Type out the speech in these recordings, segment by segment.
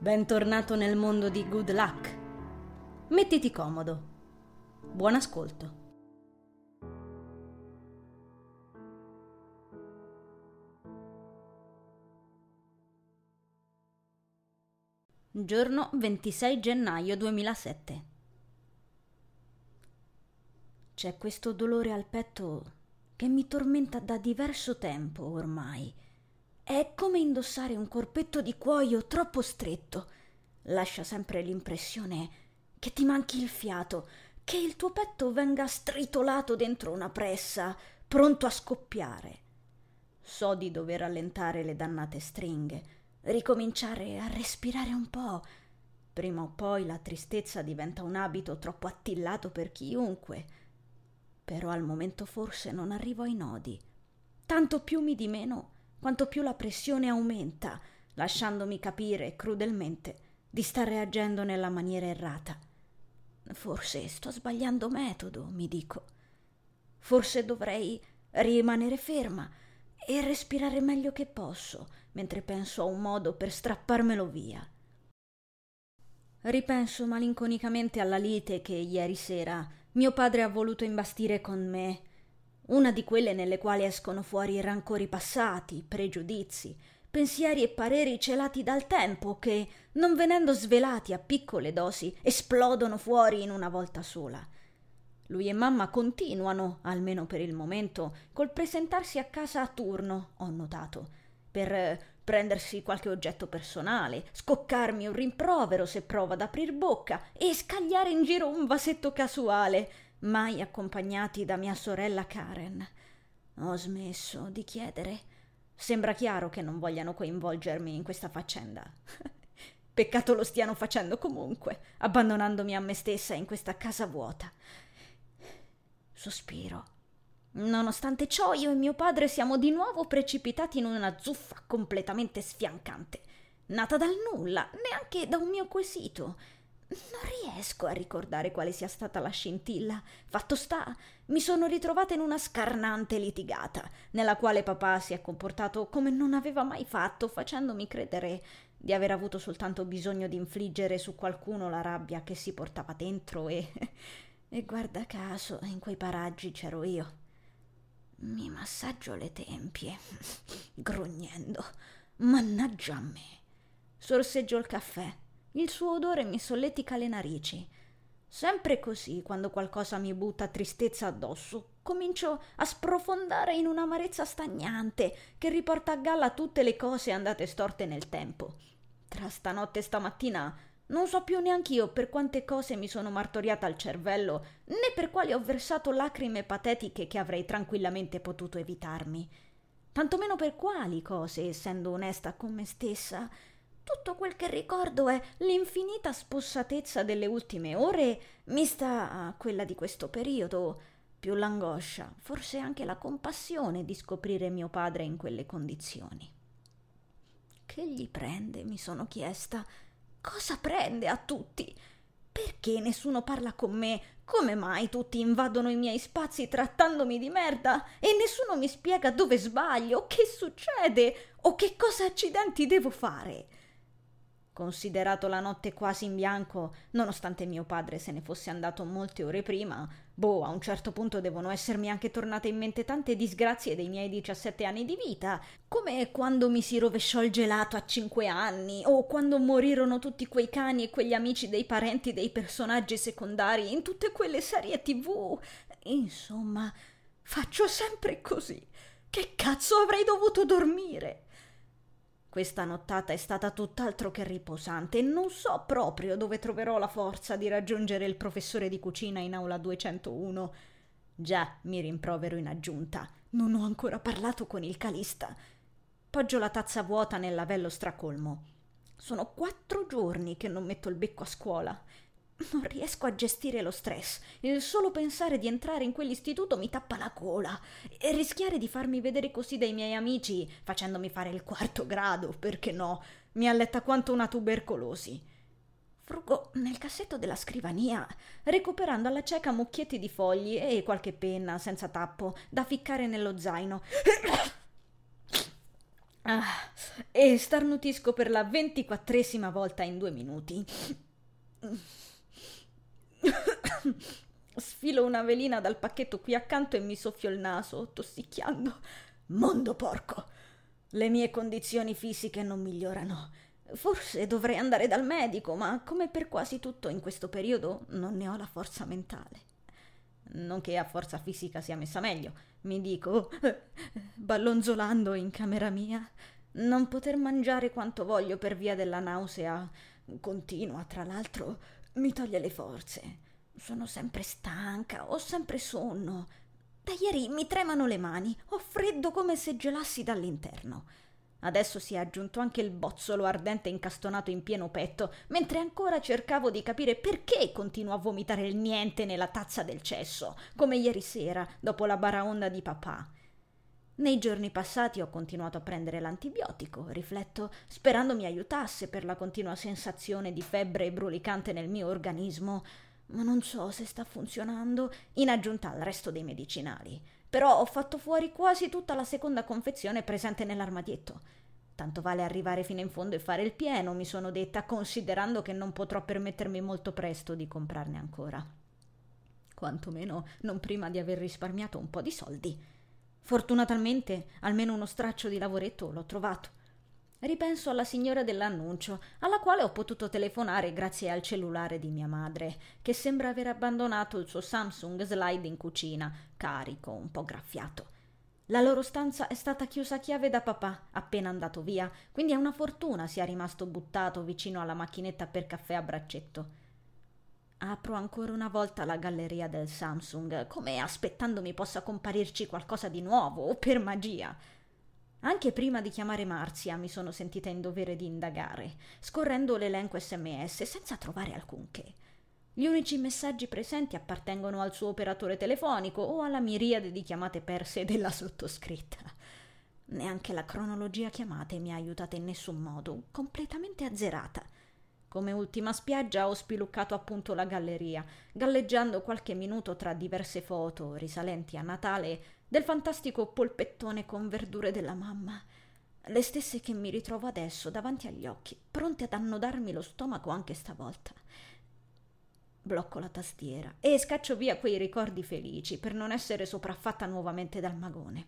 Bentornato nel mondo di Good Luck. Mettiti comodo. Buon ascolto. Giorno 26 gennaio 2007. C'è questo dolore al petto che mi tormenta da diverso tempo ormai. È come indossare un corpetto di cuoio troppo stretto. Lascia sempre l'impressione che ti manchi il fiato, che il tuo petto venga stritolato dentro una pressa, pronto a scoppiare. So di dover rallentare le dannate stringhe, ricominciare a respirare un po'. Prima o poi la tristezza diventa un abito troppo attillato per chiunque. Però al momento forse non arrivo ai nodi. Tanto più mi dimeno, quanto più la pressione aumenta, lasciandomi capire crudelmente di star reagendo nella maniera errata. Forse sto sbagliando metodo, mi dico. Forse dovrei rimanere ferma e respirare meglio che posso, mentre penso a un modo per strapparmelo via. Ripenso malinconicamente alla lite che ieri sera mio padre ha voluto imbastire con me, una di quelle nelle quali escono fuori rancori passati, pregiudizi, pensieri e pareri celati dal tempo che, non venendo svelati a piccole dosi, esplodono fuori in una volta sola. Lui e mamma continuano, almeno per il momento, col presentarsi a casa a turno, ho notato, per prendersi qualche oggetto personale, scoccarmi un rimprovero se provo ad aprir bocca e scagliare in giro un vasetto casuale, mai accompagnati da mia sorella Karen. Ho smesso di chiedere. Sembra chiaro che non vogliano coinvolgermi in questa faccenda. Peccato lo stiano facendo comunque, abbandonandomi a me stessa in questa casa vuota. Sospiro. Nonostante ciò, io e mio padre siamo di nuovo precipitati in una zuffa completamente sfiancante, nata dal nulla, neanche da un mio quesito. Non riesco a ricordare quale sia stata la scintilla. Fatto sta, mi sono ritrovata in una scarnante litigata, nella quale papà si è comportato come non aveva mai fatto, facendomi credere di aver avuto soltanto bisogno di infliggere su qualcuno la rabbia che si portava dentro e guarda caso, in quei paraggi c'ero io. Mi massaggio le tempie, grugnendo. Mannaggia a me. Sorseggio il caffè. Il suo odore mi solletica le narici. Sempre così, quando qualcosa mi butta tristezza addosso, comincio a sprofondare in un'amarezza stagnante che riporta a galla tutte le cose andate storte nel tempo. Tra stanotte e stamattina non so più neanch'io per quante cose mi sono martoriata al cervello, né per quali ho versato lacrime patetiche che avrei tranquillamente potuto evitarmi. Tantomeno per quali cose, essendo onesta con me stessa. Tutto quel che ricordo è l'infinita spossatezza delle ultime ore mista a quella di questo periodo, più l'angoscia, forse anche la compassione di scoprire mio padre in quelle condizioni. Che gli prende, mi sono chiesta. Cosa prende a tutti? Perché nessuno parla con me? Come mai tutti invadono i miei spazi trattandomi di merda e nessuno mi spiega dove sbaglio, che succede o che cosa accidenti devo fare? Considerato la notte quasi in bianco, nonostante mio padre se ne fosse andato molte ore prima, a un certo punto devono essermi anche tornate in mente tante disgrazie dei miei 17 anni di vita, come quando mi si rovesciò il gelato a 5 anni, o quando morirono tutti quei cani e quegli amici dei parenti dei personaggi secondari in tutte quelle serie TV. Insomma, faccio sempre così. Che cazzo avrei dovuto dormire? Questa nottata è stata tutt'altro che riposante e non so proprio dove troverò la forza di raggiungere il professore di cucina in aula 201. Già, mi rimprovero in aggiunta, non ho ancora parlato con il calista. Poggio la tazza vuota nel lavello stracolmo. Sono 4 giorni che non metto il becco a scuola. Non riesco a gestire lo stress. Il solo pensare di entrare in quell'istituto mi tappa la gola e rischiare di farmi vedere così dai miei amici facendomi fare il 4º grado, perché no, mi alletta quanto una tubercolosi. Frugo nel cassetto della scrivania, recuperando alla cieca mucchietti di fogli e qualche penna senza tappo da ficcare nello zaino. Ah, e starnutisco per la 24esima volta in 2 minuti. Sfilo una velina dal pacchetto qui accanto e mi soffio il naso, tossicchiando. Mondo porco! Le mie condizioni fisiche non migliorano. Forse dovrei andare dal medico, ma come per quasi tutto in questo periodo non ne ho la forza mentale. Non che a forza fisica sia messa meglio, mi dico, ballonzolando in camera mia. Non poter mangiare quanto voglio per via della nausea continua, tra l'altro, mi toglie le forze. Sono sempre stanca, ho sempre sonno. Da ieri mi tremano le mani, ho freddo come se gelassi dall'interno. Adesso si è aggiunto anche il bozzolo ardente incastonato in pieno petto, mentre ancora cercavo di capire perché continuo a vomitare il niente nella tazza del cesso, come ieri sera, dopo la baraonda di papà. Nei giorni passati ho continuato a prendere l'antibiotico, rifletto, sperando mi aiutasse per la continua sensazione di febbre brulicante nel mio organismo, ma non so se sta funzionando, in aggiunta al resto dei medicinali. Però ho fatto fuori quasi tutta la seconda confezione presente nell'armadietto. Tanto vale arrivare fino in fondo e fare il pieno, mi sono detta, considerando che non potrò permettermi molto presto di comprarne ancora. Quantomeno non prima di aver risparmiato un po' di soldi. Fortunatamente almeno uno straccio di lavoretto l'ho trovato. Ripenso alla signora dell'annuncio, alla quale ho potuto telefonare grazie al cellulare di mia madre, che sembra aver abbandonato il suo Samsung Slide in cucina, carico, un po' graffiato. La loro stanza è stata chiusa a chiave da papà, appena andato via, quindi è una fortuna sia rimasto buttato vicino alla macchinetta per caffè a braccetto. Apro ancora una volta la galleria del Samsung, come aspettandomi possa comparirci qualcosa di nuovo, o per magia. Anche prima di chiamare Marzia mi sono sentita in dovere di indagare, scorrendo l'elenco SMS senza trovare alcunché. Gli unici messaggi presenti appartengono al suo operatore telefonico o alla miriade di chiamate perse della sottoscritta. Neanche la cronologia chiamate mi ha aiutata in nessun modo, completamente azzerata. Come ultima spiaggia ho spiluccato appunto la galleria, galleggiando qualche minuto tra diverse foto risalenti a Natale del fantastico polpettone con verdure della mamma, le stesse che mi ritrovo adesso davanti agli occhi, pronte ad annodarmi lo stomaco anche stavolta. Blocco la tastiera e scaccio via quei ricordi felici per non essere sopraffatta nuovamente dal magone.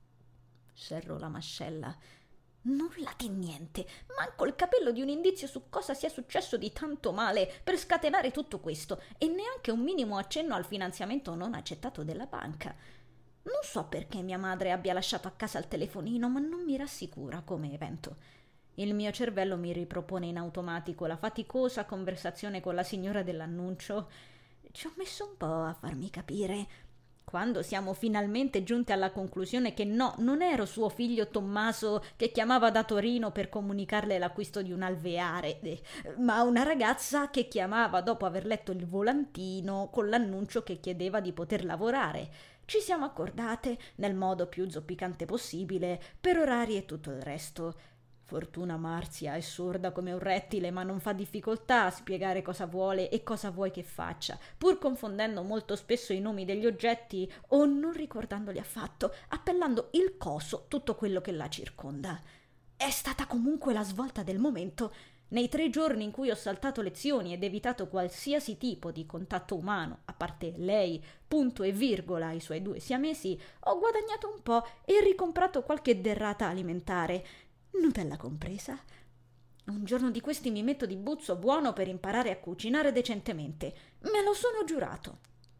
Serro la mascella. Nulla di niente, manco il capello di un indizio su cosa sia successo di tanto male per scatenare tutto questo, e neanche un minimo accenno al finanziamento non accettato della banca. Non so perché mia madre abbia lasciato a casa il telefonino, ma non mi rassicura come evento. Il mio cervello mi ripropone in automatico la faticosa conversazione con la signora dell'annuncio. Ci ho messo un po' a farmi capire. Quando siamo finalmente giunte alla conclusione che no, non ero suo figlio Tommaso che chiamava da Torino per comunicarle l'acquisto di un alveare, ma una ragazza che chiamava dopo aver letto il volantino con l'annuncio che chiedeva di poter lavorare. Ci siamo accordate, nel modo più zoppicante possibile, per orari e tutto il resto. Fortuna Marzia è sorda come un rettile, ma non fa difficoltà a spiegare cosa vuole e cosa vuoi che faccia, pur confondendo molto spesso i nomi degli oggetti o non ricordandoli affatto, appellando il coso tutto quello che la circonda. È stata comunque la svolta del momento. Nei 3 giorni in cui ho saltato lezioni ed evitato qualsiasi tipo di contatto umano, a parte lei, punto e virgola, i suoi 2 siamesi, ho guadagnato un po' e ricomprato qualche derrata alimentare, Nutella compresa. Un giorno di questi mi metto di buzzo buono per imparare a cucinare decentemente. Me lo sono giurato.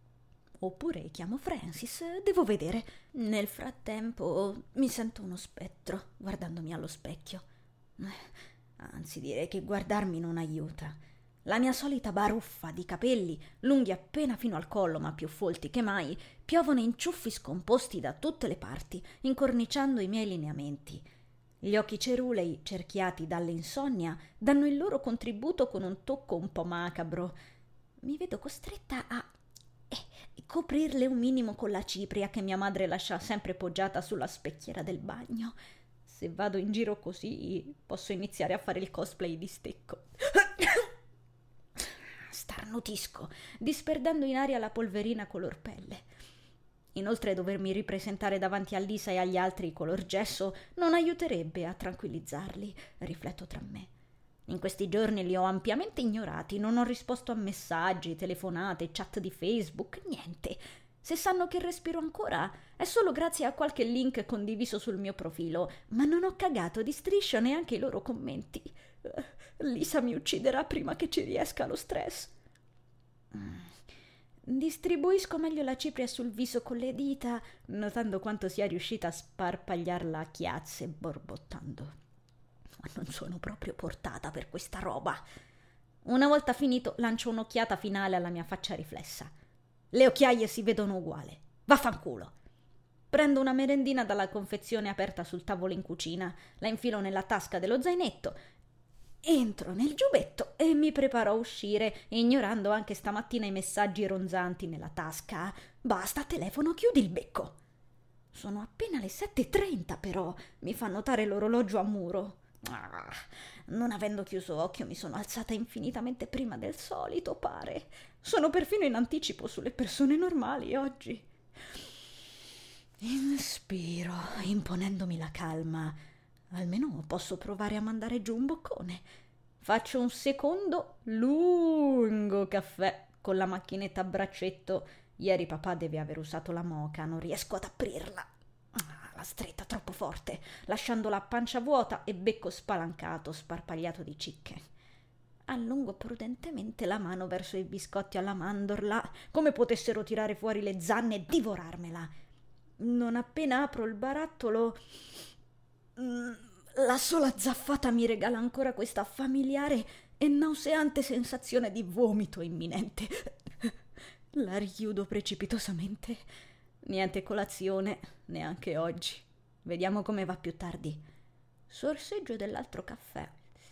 Oppure chiamo Francis, devo vedere. Nel frattempo mi sento uno spettro guardandomi allo specchio. Anzi, direi che guardarmi non aiuta. La mia solita baruffa di capelli, lunghi appena fino al collo ma più folti che mai, piovono in ciuffi scomposti da tutte le parti, incorniciando i miei lineamenti. Gli occhi cerulei, cerchiati dall'insonnia, danno il loro contributo con un tocco un po' macabro. Mi vedo costretta a coprirle un minimo con la cipria che mia madre lascia sempre poggiata sulla specchiera del bagno. Se vado in giro così, posso iniziare a fare il cosplay di Stecco. Starnutisco, disperdendo in aria la polverina color pelle. Inoltre dovermi ripresentare davanti a Lisa e agli altri color gesso non aiuterebbe a tranquillizzarli, rifletto tra me. In questi giorni li ho ampiamente ignorati, non ho risposto a messaggi, telefonate, chat di Facebook, niente. Se sanno che respiro ancora è solo grazie a qualche link condiviso sul mio profilo, ma non ho cagato di striscio neanche i loro commenti. Lisa mi ucciderà prima che ci riesca lo stress. Distribuisco meglio la cipria sul viso con le dita, notando quanto sia riuscita a sparpagliarla a chiazze, borbottando. Ma non sono proprio portata per questa roba. Una volta finito, lancio un'occhiata finale alla mia faccia riflessa. Le occhiaie si vedono uguali. Vaffanculo. Prendo una merendina dalla confezione aperta sul tavolo in cucina, la infilo nella tasca dello zainetto, entro nel giubbetto e mi preparo a uscire, ignorando anche stamattina i messaggi ronzanti nella tasca. Basta, telefono, chiudi il becco. Sono appena le 7:30 però, mi fa notare l'orologio a muro. Non avendo chiuso occhio mi sono alzata infinitamente prima del solito, pare. Sono perfino in anticipo sulle persone normali oggi. Inspiro, imponendomi la calma. Almeno posso provare a mandare giù un boccone. Faccio un secondo lungo caffè con la macchinetta a braccetto. Ieri papà deve aver usato la moka, non riesco ad aprirla. La stretta troppo forte, lasciandola a pancia vuota e becco spalancato, sparpagliato di cicche. Allungo prudentemente la mano verso i biscotti alla mandorla, come potessero tirare fuori le zanne e divorarmela. Non appena apro il barattolo, la sola zaffata mi regala ancora questa familiare e nauseante sensazione di vomito imminente. La richiudo precipitosamente. Niente colazione, neanche oggi. Vediamo come va più tardi. Sorseggio dell'altro caffè.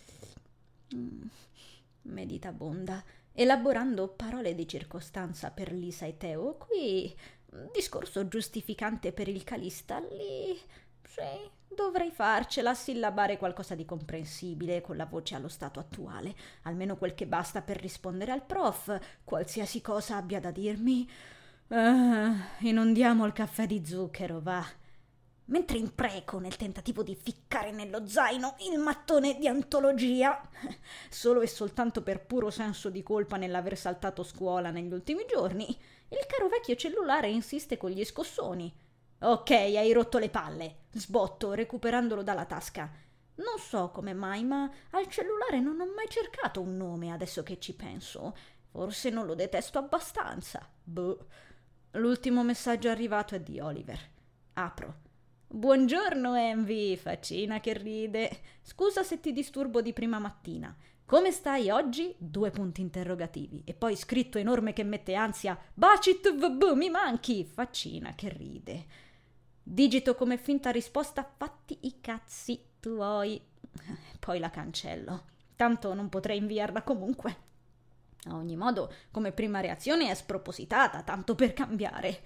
Meditabonda, elaborando parole di circostanza per Lisa e Teo. Qui discorso giustificante per il calista. Lì sì, dovrei farcela a sillabare qualcosa di comprensibile con la voce allo stato attuale, almeno quel che basta per rispondere al prof, qualsiasi cosa abbia da dirmi. Inondiamo il caffè di zucchero, va. Mentre impreco nel tentativo di ficcare nello zaino il mattone di antologia, solo e soltanto per puro senso di colpa nell'aver saltato scuola negli ultimi giorni, il caro vecchio cellulare insiste con gli scossoni. Ok, hai rotto le palle, sbotto, recuperandolo dalla tasca. Non so come mai, ma al cellulare non ho mai cercato un nome adesso che ci penso. Forse non lo detesto abbastanza. Boh. L'ultimo messaggio arrivato è di Oliver. Apro. Buongiorno Envy, faccina che ride. Scusa se ti disturbo di prima mattina. Come stai oggi? 2 punti interrogativi. E poi scritto enorme che mette ansia. Bacit vb, mi manchi. Faccina che ride. Digito come finta risposta. Fatti i cazzi tuoi. Poi la cancello. Tanto non potrei inviarla comunque. A ogni modo, come prima reazione è spropositata, tanto per cambiare.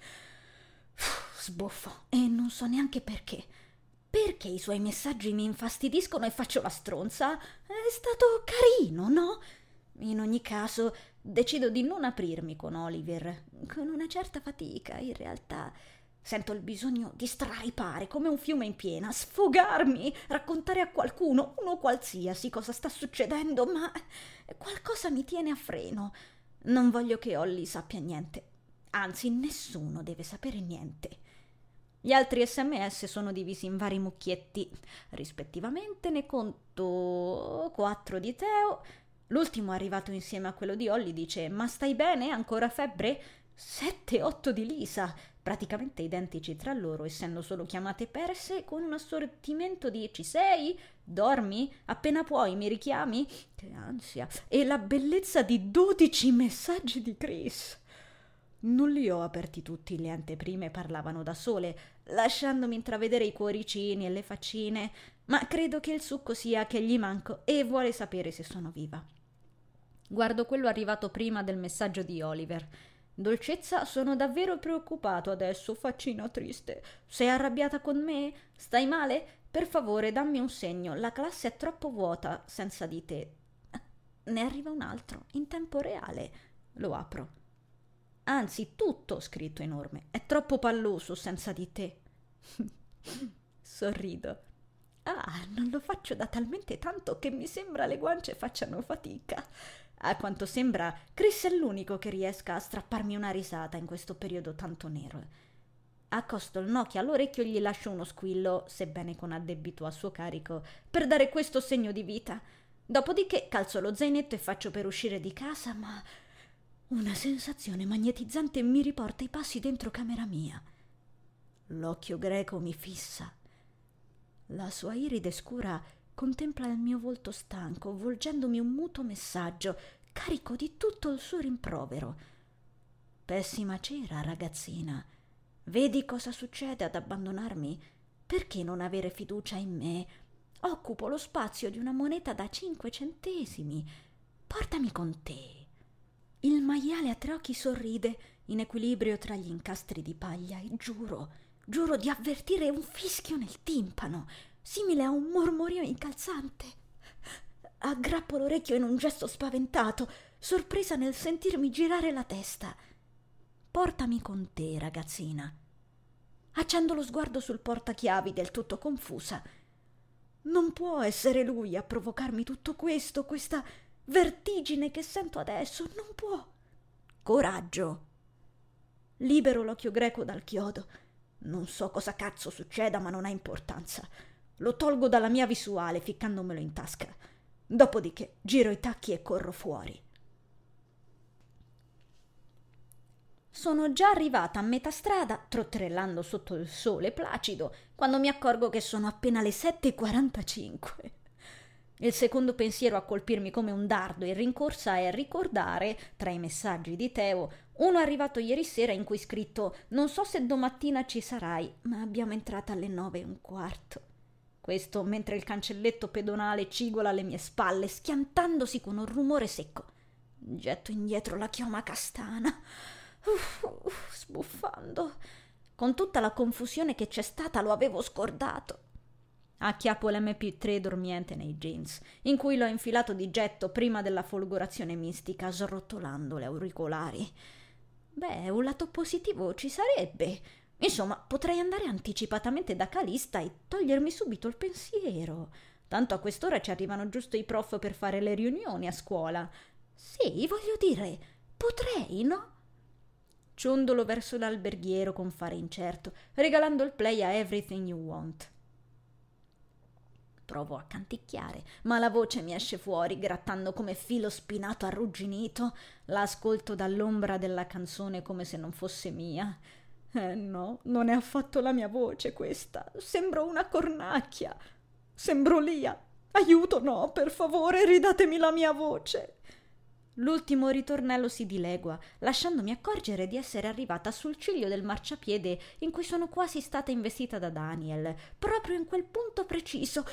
Sbuffo e non so neanche perché. Perché i suoi messaggi mi infastidiscono e faccio la stronza? È stato carino, no? In ogni caso, decido di non aprirmi con Oliver, con una certa fatica, in realtà. Sento il bisogno di straripare come un fiume in piena, sfogarmi, raccontare a qualcuno, uno qualsiasi, cosa sta succedendo, ma qualcosa mi tiene a freno. Non voglio che Olly sappia niente. Anzi, nessuno deve sapere niente. Gli altri SMS sono divisi in vari mucchietti. Rispettivamente ne conto 4 di Teo. L'ultimo arrivato insieme a quello di Olly dice: ma stai bene? Ancora febbre? 7-8 di Lisa, praticamente identici tra loro, essendo solo chiamate perse, con un assortimento di ci sei? Dormi? Appena puoi mi richiami? Che ansia! E la bellezza di 12 messaggi di Chris. Non li ho aperti tutti, le anteprime parlavano da sole, lasciandomi intravedere i cuoricini e le faccine, ma credo che il succo sia che gli manco e vuole sapere se sono viva. Guardo quello arrivato prima del messaggio di Oliver. Dolcezza, sono davvero preoccupato adesso, faccina triste. Sei arrabbiata con me? Stai male? Per favore, dammi un segno, la classe è troppo vuota senza di te. Ne arriva un altro, in tempo reale. Lo apro. Anzi, tutto scritto enorme. È troppo palloso senza di te. Sorrido. Ah, non lo faccio da talmente tanto che mi sembra le guance facciano fatica. A quanto sembra, Chris è l'unico che riesca a strapparmi una risata in questo periodo tanto nero. Accosto il Nokia all'orecchio e gli lascio uno squillo, sebbene con addebito a suo carico, per dare questo segno di vita. Dopodiché calzo lo zainetto e faccio per uscire di casa, ma una sensazione magnetizzante mi riporta i passi dentro camera mia. L'occhio greco mi fissa. La sua iride scura contempla il mio volto stanco, volgendomi un muto messaggio, carico di tutto il suo rimprovero. Pessima cera, ragazzina. Vedi cosa succede ad abbandonarmi? Perché non avere fiducia in me? Occupo lo spazio di una moneta da 5 centesimi. Portami con te. Il maiale a tre occhi sorride, in equilibrio tra gli incastri di paglia, e giuro di avvertire un fischio nel timpano, simile a un mormorio incalzante. Aggrappo l'orecchio in un gesto spaventato, sorpresa nel sentirmi girare la testa. Portami con te, ragazzina. Accendo lo sguardo sul portachiavi, del tutto confusa. Non può essere lui a provocarmi tutto questo, questa vertigine che sento adesso, non può. Coraggio. Libero l'occhio greco dal chiodo. Non so cosa cazzo succeda, ma non ha importanza. Lo tolgo dalla mia visuale, ficcandomelo in tasca. Dopodiché giro i tacchi e corro fuori. Sono già arrivata a metà strada, trotterellando sotto il sole placido, quando mi accorgo che sono appena le 7:45. Il secondo pensiero a colpirmi come un dardo in rincorsa è ricordare, tra i messaggi di Teo, uno arrivato ieri sera in cui scritto «Non so se domattina ci sarai, ma abbiamo entrata alle 9:15». Questo mentre il cancelletto pedonale cigola alle mie spalle, schiantandosi con un rumore secco. Getto indietro la chioma castana. Sbuffando. Con tutta la confusione che c'è stata lo avevo scordato. Acchiappo l'MP3 dormiente nei jeans, in cui l'ho infilato di getto prima della folgorazione mistica, srotolando le auricolari. Beh, un lato positivo ci sarebbe. Insomma, potrei andare anticipatamente da Calista e togliermi subito il pensiero. Tanto a quest'ora ci arrivano giusto i prof per fare le riunioni a scuola. Sì, voglio dire, potrei, no? Ciondolo verso l'alberghiero con fare incerto, regalando il play a Everything You Want. Provo a canticchiare, ma la voce mi esce fuori, grattando come filo spinato arrugginito. La ascolto dall'ombra della canzone come se non fosse mia. No, non è affatto la mia voce questa. Sembro una cornacchia. Sembro Lia. Aiuto, no, per favore, ridatemi la mia voce. L'ultimo ritornello si dilegua, lasciandomi accorgere di essere arrivata sul ciglio del marciapiede in cui sono quasi stata investita da Daniel, proprio in quel punto preciso.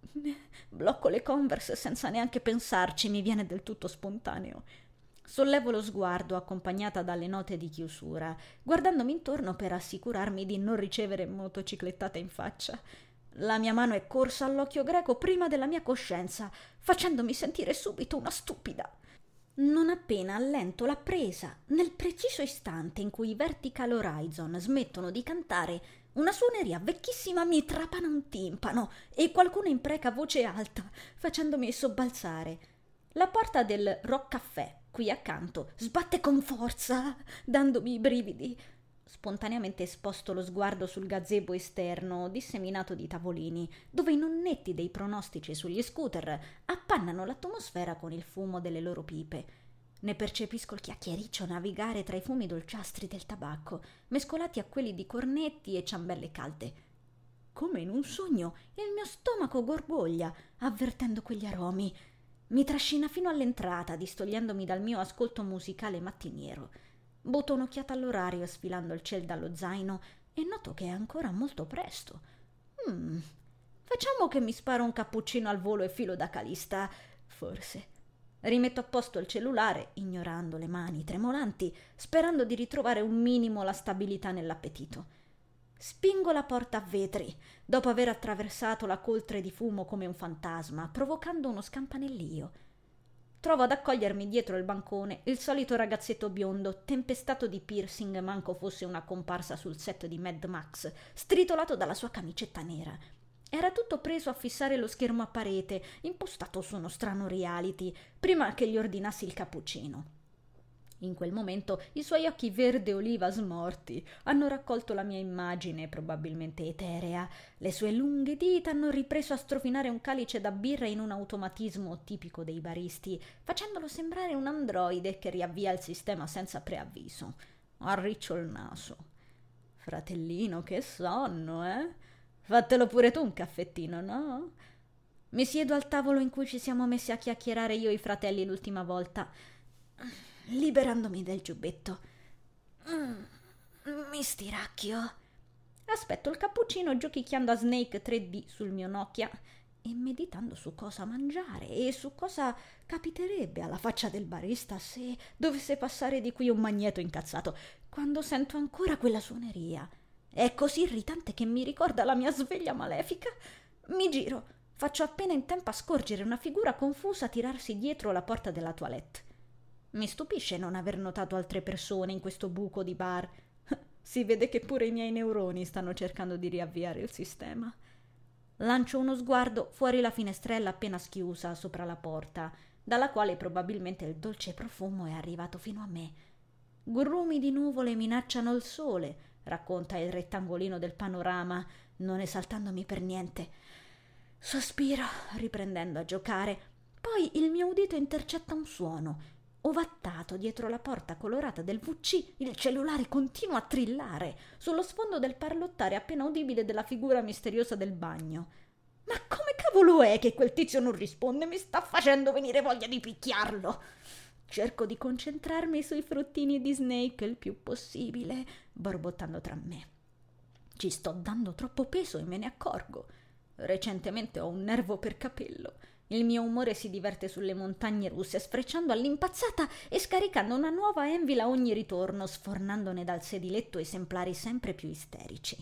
Blocco le Converse senza neanche pensarci, mi viene del tutto spontaneo. Sollevo lo sguardo, accompagnata dalle note di chiusura, guardandomi intorno per assicurarmi di non ricevere motociclettate in faccia. La mia mano è corsa all'occhio greco prima della mia coscienza, facendomi sentire subito una stupida. Non appena allento la presa, nel preciso istante in cui i Vertical Horizon smettono di cantare, una suoneria vecchissima mi trapana un timpano e qualcuno impreca a voce alta, facendomi sobbalzare. La porta del Rock Café, qui accanto, sbatte con forza, dandomi i brividi. Spontaneamente sposto lo sguardo sul gazebo esterno disseminato di tavolini, dove i nonnetti dei pronostici sugli scooter appannano l'atmosfera con il fumo delle loro pipe. Ne percepisco il chiacchiericcio navigare tra i fumi dolciastri del tabacco, mescolati a quelli di cornetti e ciambelle calde. Come in un sogno, il mio stomaco gorgoglia, avvertendo quegli aromi. Mi trascina fino all'entrata, distogliendomi dal mio ascolto musicale mattiniero. Butto un'occhiata all'orario sfilando il ciel dallo zaino e noto che è ancora molto presto. Facciamo che mi sparo un cappuccino al volo e filo da Calista, forse. Rimetto a posto il cellulare, ignorando le mani tremolanti, sperando di ritrovare un minimo la stabilità nell'appetito. Spingo la porta a vetri, dopo aver attraversato la coltre di fumo come un fantasma, provocando uno scampanellio. trovo ad accogliermi dietro il bancone il solito ragazzetto biondo, tempestato di piercing, manco fosse una comparsa sul set di Mad Max, stritolato dalla sua camicetta nera. Era tutto preso a fissare lo schermo a parete, impostato su uno strano reality, prima che gli ordinassi il cappuccino. In quel momento i suoi occhi verde oliva smorti hanno raccolto la mia immagine, probabilmente eterea. Le sue lunghe dita hanno ripreso a strofinare un calice da birra in un automatismo tipico dei baristi, facendolo sembrare un androide che riavvia il sistema senza preavviso. Arriccio il naso. Fratellino, che sonno, eh? Fatelo pure tu un caffettino, no? Mi siedo al tavolo in cui ci siamo messi a chiacchierare io e i fratelli l'ultima volta, liberandomi del giubbetto. Mi stiracchio. Aspetto il cappuccino giochicchiando a Snake 3D sul mio Nokia e meditando su cosa mangiare e su cosa capiterebbe alla faccia del barista se dovesse passare di qui un magneto incazzato, quando sento ancora quella suoneria. È così irritante che mi ricorda la mia sveglia malefica. Mi giro, faccio appena in tempo a scorgere una figura confusa tirarsi dietro la porta della toilette. Mi stupisce non aver notato altre persone in questo buco di bar. Si vede che pure i miei neuroni stanno cercando di riavviare il sistema. Lancio uno sguardo fuori la finestrella appena schiusa sopra la porta, dalla quale probabilmente il dolce profumo è arrivato fino a me. Grumi di nuvole minacciano il sole, racconta il rettangolino del panorama, non esaltandomi per niente. Sospiro, riprendendo a giocare. Poi il mio udito intercetta un suono. Ovattato dietro la porta colorata del WC, il cellulare continua a trillare sullo sfondo del parlottare appena udibile della figura misteriosa del bagno. Ma come cavolo è che quel tizio non risponde? Mi sta facendo venire voglia di picchiarlo. Cerco di concentrarmi sui fruttini di Snake il più possibile, borbottando tra me. Ci sto dando troppo peso e me ne accorgo. Recentemente ho un nervo per capello. Il mio umore si diverte sulle montagne russe, sfrecciando all'impazzata e scaricando una nuova Envil a ogni ritorno, sfornandone dal sediletto esemplari sempre più isterici.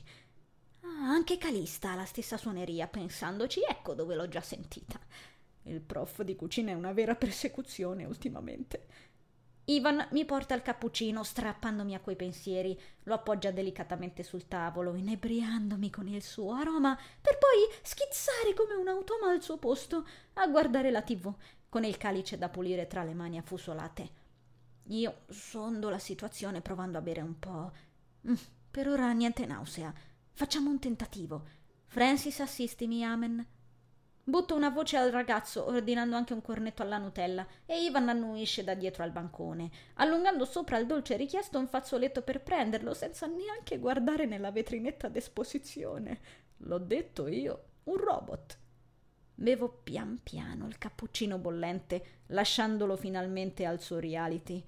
Anche Calista ha la stessa suoneria, pensandoci, ecco dove l'ho già sentita. Il prof di cucina è una vera persecuzione ultimamente. Ivan mi porta il cappuccino, strappandomi a quei pensieri. Lo appoggia delicatamente sul tavolo, inebriandomi con il suo aroma, per poi schizzare come un automa al suo posto, a guardare la TV, con il calice da pulire tra le mani affusolate. Io sondo la situazione provando a bere un po'. Per ora niente nausea. Facciamo un tentativo. Francis, assistimi, amen. Butto una voce al ragazzo, ordinando anche un cornetto alla Nutella, e Ivan annuisce da dietro al bancone, allungando sopra il dolce richiesto un fazzoletto per prenderlo, senza neanche guardare nella vetrinetta d'esposizione. L'ho detto io, un robot. Bevo pian piano il cappuccino bollente, lasciandolo finalmente al suo reality.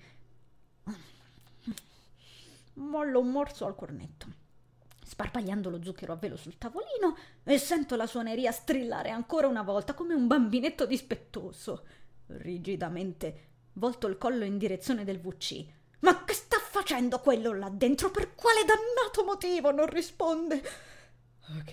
Mollo un morso al cornetto, sparpagliando lo zucchero a velo sul tavolino, e sento la suoneria strillare ancora una volta come un bambinetto dispettoso. Rigidamente volto il collo in direzione del WC. Ma che sta facendo quello là dentro? Per quale dannato motivo non risponde? Ok.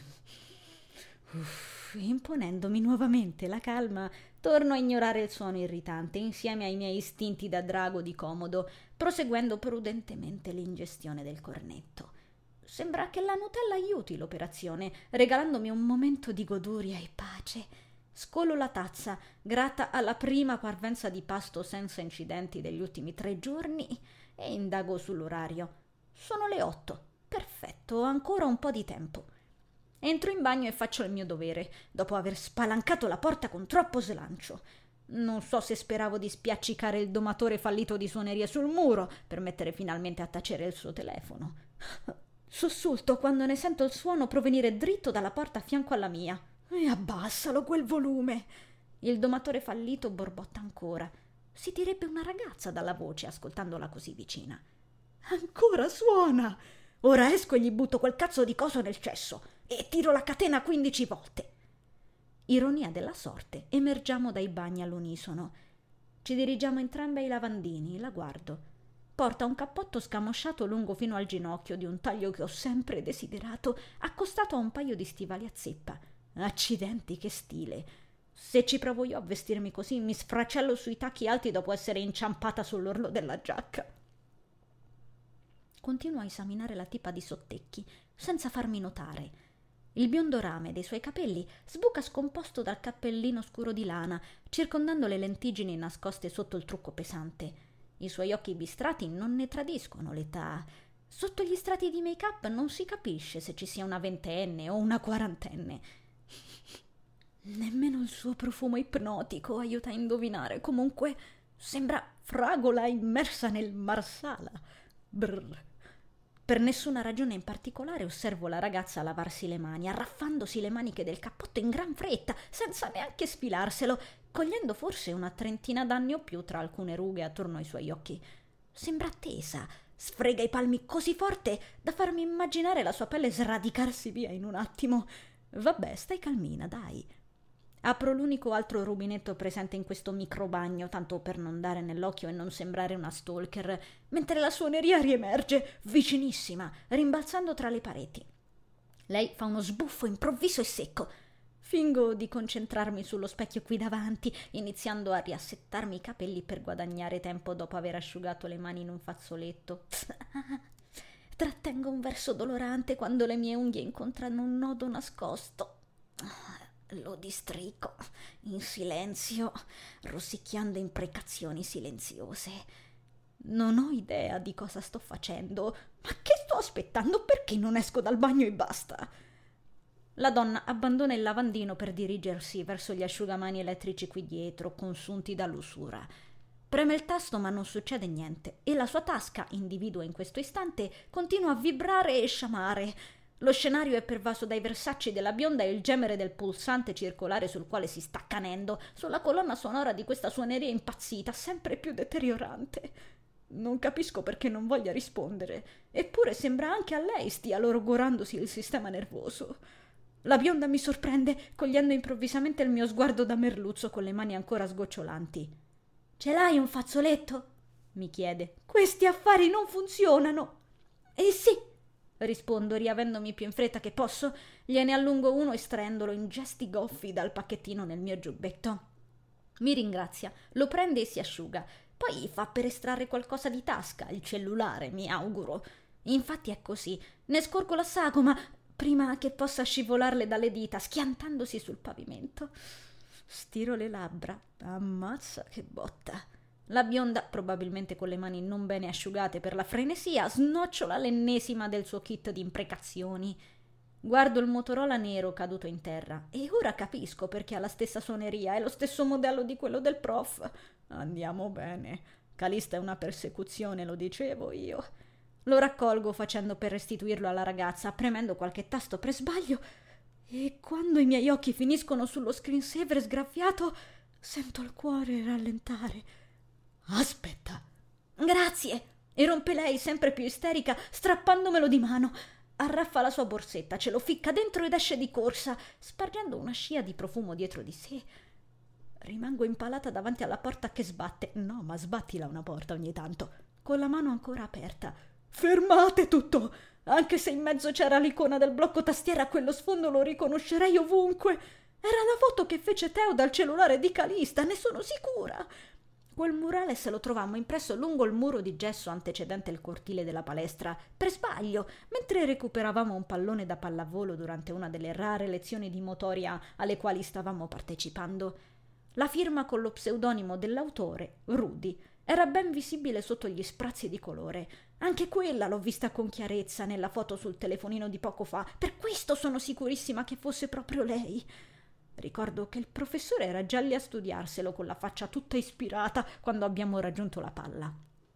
Imponendomi nuovamente la calma, torno a ignorare il suono irritante insieme ai miei istinti da drago di comodo, proseguendo prudentemente l'ingestione del cornetto. Sembra che la Nutella aiuti l'operazione, regalandomi un momento di goduria e pace. Scolo la tazza, grata alla prima parvenza di pasto senza incidenti degli ultimi 3 giorni, e indago sull'orario. Sono le 8. Perfetto, ho ancora un po' di tempo. Entro in bagno e faccio il mio dovere, dopo aver spalancato la porta con troppo slancio. Non so se speravo di spiaccicare il domatore fallito di suonerie sul muro per mettere finalmente a tacere il suo telefono. Sussulto quando ne sento il suono provenire dritto dalla porta a fianco alla mia. E abbassalo quel volume! Il domatore fallito borbotta ancora. Si direbbe una ragazza dalla voce ascoltandola così vicina. Ancora suona! Ora esco e gli butto quel cazzo di coso nel cesso e tiro la catena 15 volte. Ironia della sorte, emergiamo dai bagni all'unisono. Ci dirigiamo entrambe ai lavandini, la guardo. Porta un cappotto scamosciato lungo fino al ginocchio, di un taglio che ho sempre desiderato, accostato a un paio di stivali a zeppa. Accidenti, che stile! Se ci provo io a vestirmi così, mi sfracello sui tacchi alti dopo essere inciampata sull'orlo della giacca. Continuo a esaminare la tipa di sottecchi, senza farmi notare. Il biondo rame dei suoi capelli sbuca scomposto dal cappellino scuro di lana, circondando le lentiggini nascoste sotto il trucco pesante. I suoi occhi bistrati non ne tradiscono l'età. Sotto gli strati di make-up non si capisce se ci sia una ventenne o una quarantenne. Nemmeno il suo profumo ipnotico aiuta a indovinare. Comunque sembra fragola immersa nel marsala. Brr. Per nessuna ragione in particolare osservo la ragazza lavarsi le mani, arraffandosi le maniche del cappotto in gran fretta, senza neanche sfilarselo, cogliendo forse una trentina d'anni o più tra alcune rughe attorno ai suoi occhi. Sembra tesa, sfrega i palmi così forte da farmi immaginare la sua pelle sradicarsi via in un attimo. Vabbè, stai calmina, dai. Apro l'unico altro rubinetto presente in questo microbagno, tanto per non dare nell'occhio e non sembrare una stalker, mentre la suoneria riemerge, vicinissima, rimbalzando tra le pareti. Lei fa uno sbuffo improvviso e secco. Fingo di concentrarmi sullo specchio qui davanti, iniziando a riassettarmi i capelli per guadagnare tempo dopo aver asciugato le mani in un fazzoletto. Trattengo un verso dolorante quando le mie unghie incontrano un nodo nascosto. Lo districo in silenzio, rosicchiando imprecazioni silenziose. Non ho idea di cosa sto facendo, ma che sto aspettando? Perché non esco dal bagno e basta? La donna abbandona il lavandino per dirigersi verso gli asciugamani elettrici qui dietro, consunti dall'usura. Preme il tasto ma non succede niente e la sua tasca, individua in questo istante, continua a vibrare e sciamare. Lo scenario è pervaso dai versacci della bionda e il gemere del pulsante circolare sul quale si sta canendo, sulla colonna sonora di questa suoneria impazzita, sempre più deteriorante. Non capisco perché non voglia rispondere, eppure sembra anche a lei stia logorandosi il sistema nervoso. La bionda mi sorprende, cogliendo improvvisamente il mio sguardo da merluzzo con le mani ancora sgocciolanti. «Ce l'hai un fazzoletto?» mi chiede. «Questi affari non funzionano!» Sì!» rispondo, riavendomi più in fretta che posso. Gliene allungo uno estraendolo in gesti goffi dal pacchettino nel mio giubbetto. Mi ringrazia, lo prende e si asciuga. Poi fa per estrarre qualcosa di tasca, il cellulare, mi auguro. Infatti è così. Ne scorgo la sagoma prima che possa scivolarle dalle dita, schiantandosi sul pavimento. Stiro le labbra. Ammazza che botta. La bionda, probabilmente con le mani non bene asciugate per la frenesia, snocciola l'ennesima del suo kit di imprecazioni. Guardo il Motorola nero caduto in terra e ora capisco perché ha la stessa suoneria, è lo stesso modello di quello del prof. Andiamo bene. Calista è una persecuzione, lo dicevo io. Lo raccolgo facendo per restituirlo alla ragazza, premendo qualche tasto per sbaglio, e quando i miei occhi finiscono sullo screensaver sgraffiato, sento il cuore rallentare. «Aspetta!» «Grazie!» e rompe lei, sempre più isterica, strappandomelo di mano. Arraffa la sua borsetta, ce lo ficca dentro ed esce di corsa, spargendo una scia di profumo dietro di sé. Rimango impalata davanti alla porta che sbatte. No, ma sbattila una porta ogni tanto, con la mano ancora aperta. «Fermate tutto!» Anche se in mezzo c'era l'icona del blocco tastiera, quello sfondo lo riconoscerei ovunque. Era la foto che fece Teo dal cellulare di Calista, ne sono sicura. Quel murales lo trovammo impresso lungo il muro di gesso antecedente il cortile della palestra, per sbaglio, mentre recuperavamo un pallone da pallavolo durante una delle rare lezioni di motoria alle quali stavamo partecipando. La firma con lo pseudonimo dell'autore, Rudy, era ben visibile sotto gli sprazzi di colore. Anche quella l'ho vista con chiarezza nella foto sul telefonino di poco fa, per questo sono sicurissima che fosse proprio lei. Ricordo che il professore era già lì a studiarselo con la faccia tutta ispirata quando abbiamo raggiunto la palla.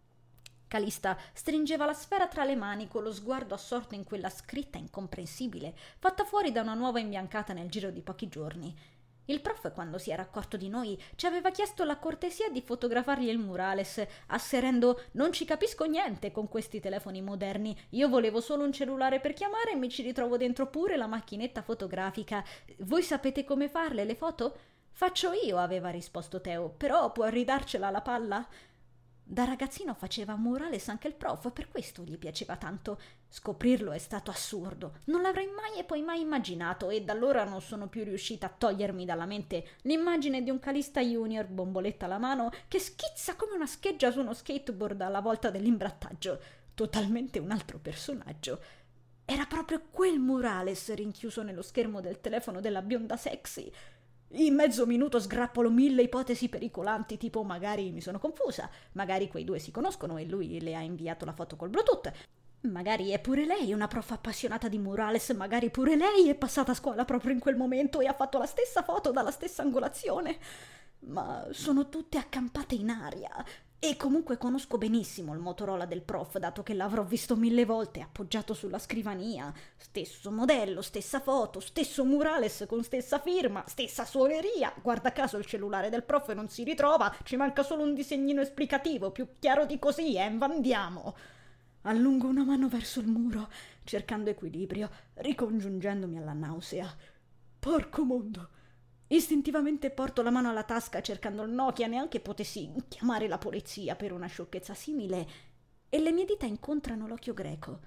Calista stringeva la sfera tra le mani con lo sguardo assorto in quella scritta incomprensibile, fatta fuori da una nuova imbiancata nel giro di pochi giorni. Il prof, quando si era accorto di noi, ci aveva chiesto la cortesia di fotografargli il murales, asserendo: «Non ci capisco niente con questi telefoni moderni, io volevo solo un cellulare per chiamare e mi ci ritrovo dentro pure la macchinetta fotografica. Voi sapete come farle le foto?» «Faccio io», aveva risposto Teo, «però può ridarcela la palla?» Da ragazzino faceva murales anche il prof, per questo gli piaceva tanto. Scoprirlo è stato assurdo, non l'avrei mai e poi mai immaginato, e da allora non sono più riuscita a togliermi dalla mente l'immagine di un Calista Junior, bomboletta alla mano, che schizza come una scheggia su uno skateboard alla volta dell'imbrattaggio. Totalmente un altro personaggio. Era proprio quel murales rinchiuso nello schermo del telefono della bionda sexy. In mezzo minuto sgrappolo 1000 ipotesi pericolanti, tipo magari mi sono confusa, magari quei due si conoscono e lui le ha inviato la foto col Bluetooth, magari è pure lei una prof appassionata di murales, magari pure lei è passata a scuola proprio in quel momento e ha fatto la stessa foto dalla stessa angolazione. Ma sono tutte accampate in aria. E comunque conosco benissimo il Motorola del prof, dato che l'avrò visto 1000 volte appoggiato sulla scrivania. Stesso modello, stessa foto, stesso murales con stessa firma, stessa suoneria. Guarda caso il cellulare del prof non si ritrova, ci manca solo un disegnino esplicativo, più chiaro di così, andiamo. Allungo una mano verso il muro, cercando equilibrio, ricongiungendomi alla nausea. Porco mondo! Istintivamente porto la mano alla tasca cercando il Nokia, neanche potessi chiamare la polizia per una sciocchezza simile, e le mie dita incontrano l'occhio greco.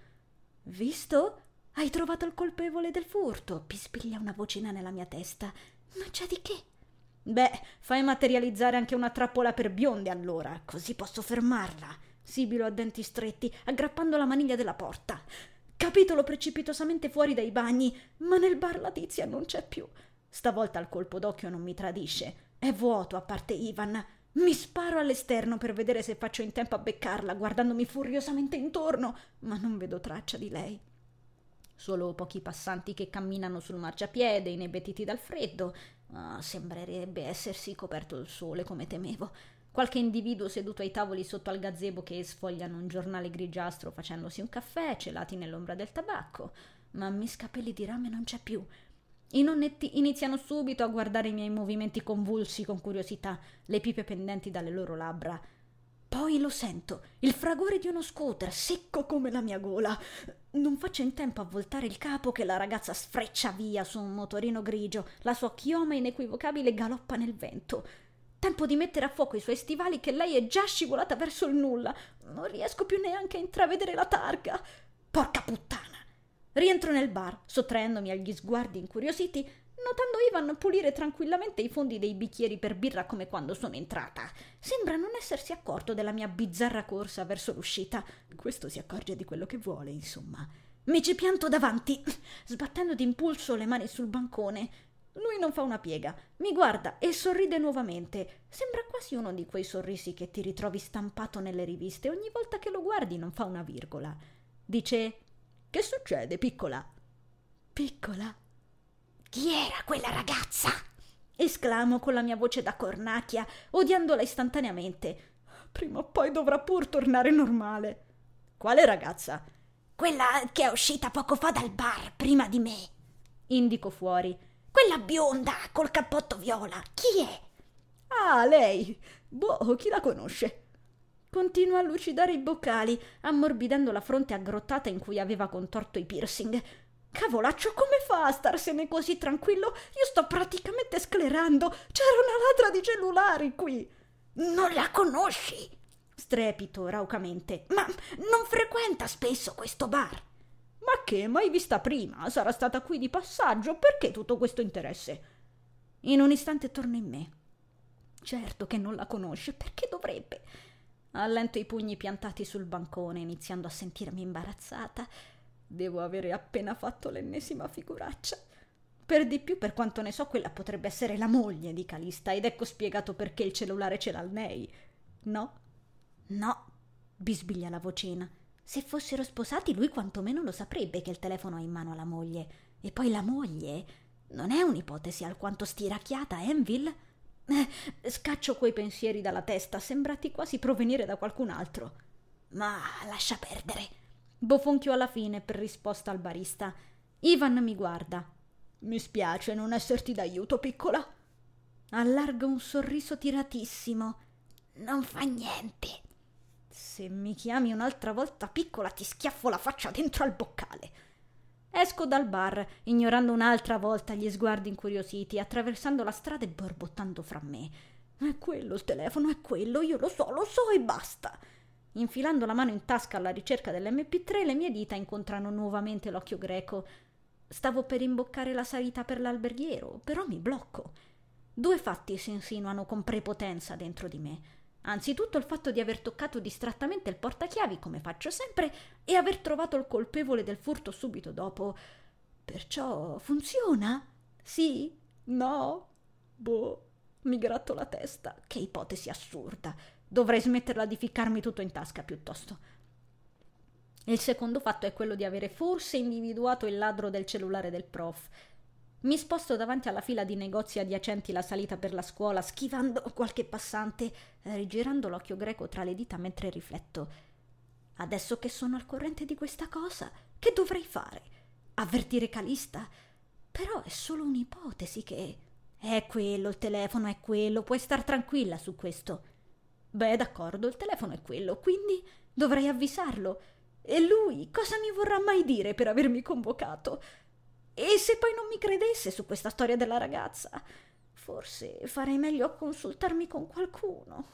Visto? Hai trovato il colpevole del furto, bisbiglia una vocina nella mia testa. Non c'è di che. Beh, fai materializzare anche una trappola per bionde allora, così posso fermarla. Sibilo a denti stretti, aggrappando la maniglia della porta. Capitolo precipitosamente fuori dai bagni, ma nel bar la tizia non c'è più. Stavolta il colpo d'occhio non mi tradisce. È vuoto a parte Ivan. Mi sparo all'esterno per vedere se faccio in tempo a beccarla, guardandomi furiosamente intorno, ma non vedo traccia di lei. Solo pochi passanti che camminano sul marciapiede, inebetiti dal freddo. Sembrerebbe essersi coperto il sole, come temevo. Qualche individuo seduto ai tavoli sotto al gazebo che sfogliano un giornale grigiastro facendosi un caffè, celati nell'ombra del tabacco. Ma Miscapelli di rame non c'è più. I nonnetti iniziano subito a guardare i miei movimenti convulsi con curiosità, le pipe pendenti dalle loro labbra. Poi lo sento, il fragore di uno scooter, secco come la mia gola. Non faccio in tempo a voltare il capo che la ragazza sfreccia via su un motorino grigio, la sua chioma inequivocabile galoppa nel vento. Tempo di mettere a fuoco i suoi stivali che lei è già scivolata verso il nulla. Non riesco più neanche a intravedere la targa. Porca puttana! Rientro nel bar, sottraendomi agli sguardi incuriositi, notando Ivan pulire tranquillamente i fondi dei bicchieri per birra come quando sono entrata. Sembra non essersi accorto della mia bizzarra corsa verso l'uscita. Questo si accorge di quello che vuole, insomma. Mi ci pianto davanti, sbattendo d'impulso le mani sul bancone. Lui non fa una piega, mi guarda e sorride nuovamente. Sembra quasi uno di quei sorrisi che ti ritrovi stampato nelle riviste. Ogni volta che lo guardi non fa una virgola. Dice: «Che succede, piccola?» «Piccola?» «Chi era quella ragazza?» esclamo con la mia voce da cornacchia, odiandola istantaneamente. Prima o poi dovrà pur tornare normale. «Quale ragazza?» «Quella che è uscita poco fa dal bar, prima di me». Indico fuori. «Quella bionda, col cappotto viola, chi è?» «Ah, lei! Boh, chi la conosce?» Continua a lucidare i boccali, ammorbidendo la fronte aggrottata in cui aveva contorto i piercing. Cavolaccio, come fa a starsene così tranquillo? Io sto praticamente sclerando. C'era una ladra di cellulari qui. «Non la conosci?» strepito raucamente. «Ma non frequenta spesso questo bar?» «Ma che, mai vista prima? Sarà stata qui di passaggio. Perché tutto questo interesse?» In un istante torna in me. Certo che non la conosce, perché dovrebbe? Allento i pugni piantati sul bancone, iniziando a sentirmi imbarazzata. Devo avere appena fatto l'ennesima figuraccia. Per di più, per quanto ne so, quella potrebbe essere la moglie di Calista, ed ecco spiegato perché il cellulare ce l'ha lei. No? No, bisbiglia la vocina. Se fossero sposati, lui quantomeno lo saprebbe che il telefono è in mano alla moglie. E poi la moglie non è un'ipotesi alquanto stiracchiata, Enville? Scaccio quei pensieri dalla testa, sembrati quasi provenire da qualcun altro. Ma lascia perdere. Bofonchio alla fine per risposta al barista. Ivan mi guarda. Mi spiace non esserti d'aiuto, piccola. Allargo un sorriso tiratissimo. Non fa niente. Se mi chiami un'altra volta piccola ti schiaffo la faccia dentro al boccale. Esco dal bar, ignorando un'altra volta gli sguardi incuriositi, attraversando la strada e borbottando fra me. È quello il telefono, è quello, io lo so e basta. Infilando la mano in tasca alla ricerca dell'MP3, le mie dita incontrano nuovamente l'occhio greco. Stavo per imboccare la salita per l'alberghiero, però mi blocco. Due fatti si insinuano con prepotenza dentro di me. Anzitutto il fatto di aver toccato distrattamente il portachiavi, come faccio sempre, e aver trovato il colpevole del furto subito dopo. Perciò funziona? Sì? No? Boh. Mi gratto la testa. Che ipotesi assurda. Dovrei smetterla di ficcarmi tutto in tasca piuttosto. Il secondo fatto è quello di avere forse individuato il ladro del cellulare del prof. Mi sposto davanti alla fila di negozi adiacenti la salita per la scuola, schivando qualche passante, rigirando l'occhio greco tra le dita mentre rifletto. Adesso che sono al corrente di questa cosa, che dovrei fare? Avvertire Calista? Però è solo un'ipotesi che... È quello, il telefono è quello, puoi star tranquilla su questo. Beh, d'accordo, il telefono è quello, quindi dovrei avvisarlo. E lui cosa mi vorrà mai dire per avermi convocato? E se poi non mi credesse su questa storia della ragazza? Forse farei meglio a consultarmi con qualcuno.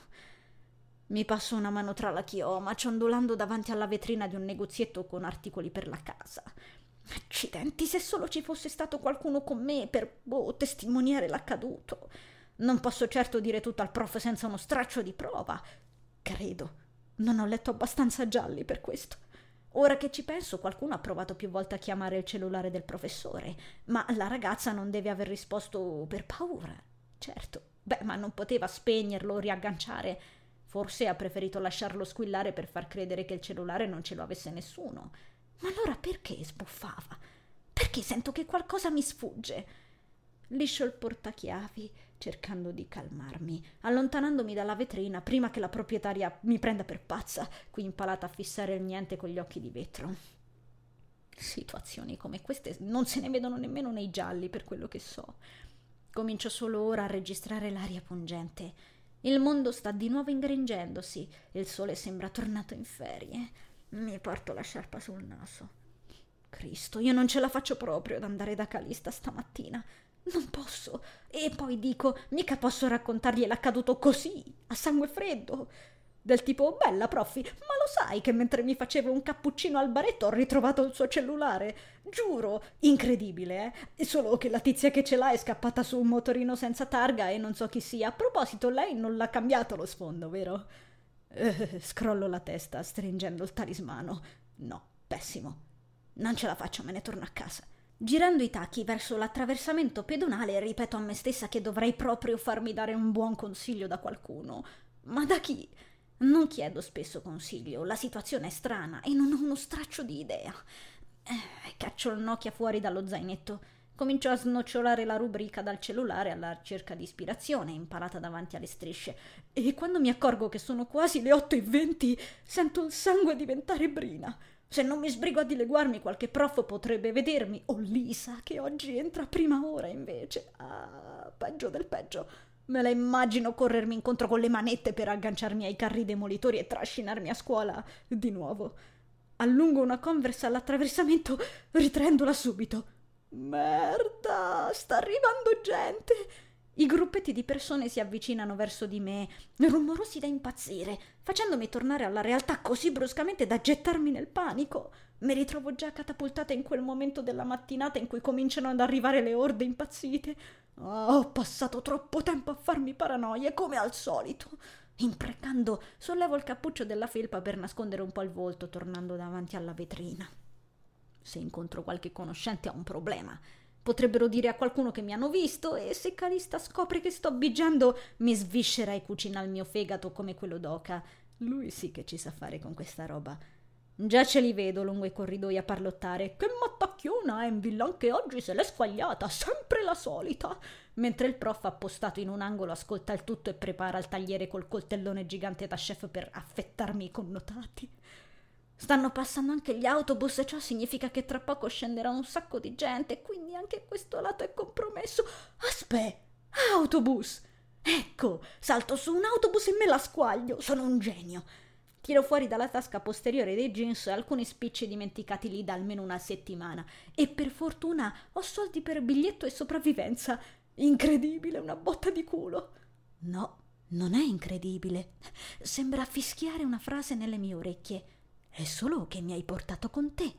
Mi passo una mano tra la chioma, ciondolando davanti alla vetrina di un negozietto con articoli per la casa. Accidenti, se solo ci fosse stato qualcuno con me per, testimoniare l'accaduto. Non posso certo dire tutto al prof senza uno straccio di prova. Credo. Non ho letto abbastanza gialli per questo. Ora che ci penso, qualcuno ha provato più volte a chiamare il cellulare del professore, ma la ragazza non deve aver risposto per paura. Certo. Beh, ma non poteva spegnerlo o riagganciare. Forse ha preferito lasciarlo squillare per far credere che il cellulare non ce lo avesse nessuno. Ma allora perché sbuffava? Perché sento che qualcosa mi sfugge? Liscio il portachiavi, cercando di calmarmi, allontanandomi dalla vetrina prima che la proprietaria mi prenda per pazza, qui impalata a fissare il niente con gli occhi di vetro. Situazioni come queste non se ne vedono nemmeno nei gialli, per quello che so. Comincio solo ora a registrare l'aria pungente. Il mondo sta di nuovo ingringendosi, il sole sembra tornato in ferie. Mi porto la sciarpa sul naso. Cristo, io non ce la faccio proprio ad andare da Calista stamattina. Non posso. E poi dico, mica posso raccontargli l'accaduto così, a sangue freddo. Del tipo, bella profi, ma lo sai che mentre mi facevo un cappuccino al baretto ho ritrovato il suo cellulare? Giuro, incredibile, eh? Solo che la tizia che ce l'ha è scappata su un motorino senza targa e non so chi sia. A proposito, lei non l'ha cambiato lo sfondo, vero? Scrollo la testa, stringendo il talismano. No, pessimo. Non ce la faccio, me ne torno a casa. Girando i tacchi verso l'attraversamento pedonale, ripeto a me stessa che dovrei proprio farmi dare un buon consiglio da qualcuno. Ma da chi? Non chiedo spesso consiglio, la situazione è strana e non ho uno straccio di idea. Caccio il Nokia fuori dallo zainetto. Comincio a snocciolare la rubrica dal cellulare alla ricerca di ispirazione, impalata davanti alle strisce. E quando mi accorgo che sono quasi le 8:20, sento il sangue diventare brina. Se non mi sbrigo a dileguarmi, qualche prof potrebbe vedermi. O Lisa, che oggi entra a prima ora invece. Ah, peggio del peggio. Me la immagino corrermi incontro con le manette per agganciarmi ai carri demolitori e trascinarmi a scuola di nuovo. Allungo una Converse all'attraversamento, ritraendola subito. Merda, sta arrivando gente. I gruppetti di persone si avvicinano verso di me, rumorosi da impazzire, facendomi tornare alla realtà così bruscamente da gettarmi nel panico. Mi ritrovo già catapultata in quel momento della mattinata in cui cominciano ad arrivare le orde impazzite. Ho passato troppo tempo a farmi paranoie, come al solito. Imprecando, sollevo il cappuccio della felpa per nascondere un po' il volto, tornando davanti alla vetrina. Se incontro qualche conoscente ho un problema. Potrebbero dire a qualcuno che mi hanno visto e se Calista scopre che sto bigiando mi sviscera e cucina il mio fegato come quello d'Oca. Lui sì che ci sa fare con questa roba. Già ce li vedo lungo i corridoi a parlottare. Che mattacchiona Envil, anche oggi se l'è squagliata, sempre la solita. Mentre il prof appostato in un angolo ascolta il tutto e prepara il tagliere col coltellone gigante da chef per affettarmi i connotati. Stanno passando anche gli autobus e ciò significa che tra poco scenderà un sacco di gente, quindi anche questo lato è compromesso. Aspetta, autobus! Ecco, salto su un autobus e me la squaglio, sono un genio. Tiro fuori dalla tasca posteriore dei jeans alcuni spicci dimenticati lì da almeno una settimana e per fortuna ho soldi per biglietto e sopravvivenza. Incredibile, una botta di culo. No, Non è incredibile. Sembra fischiare una frase nelle mie orecchie. È solo che mi hai portato con te.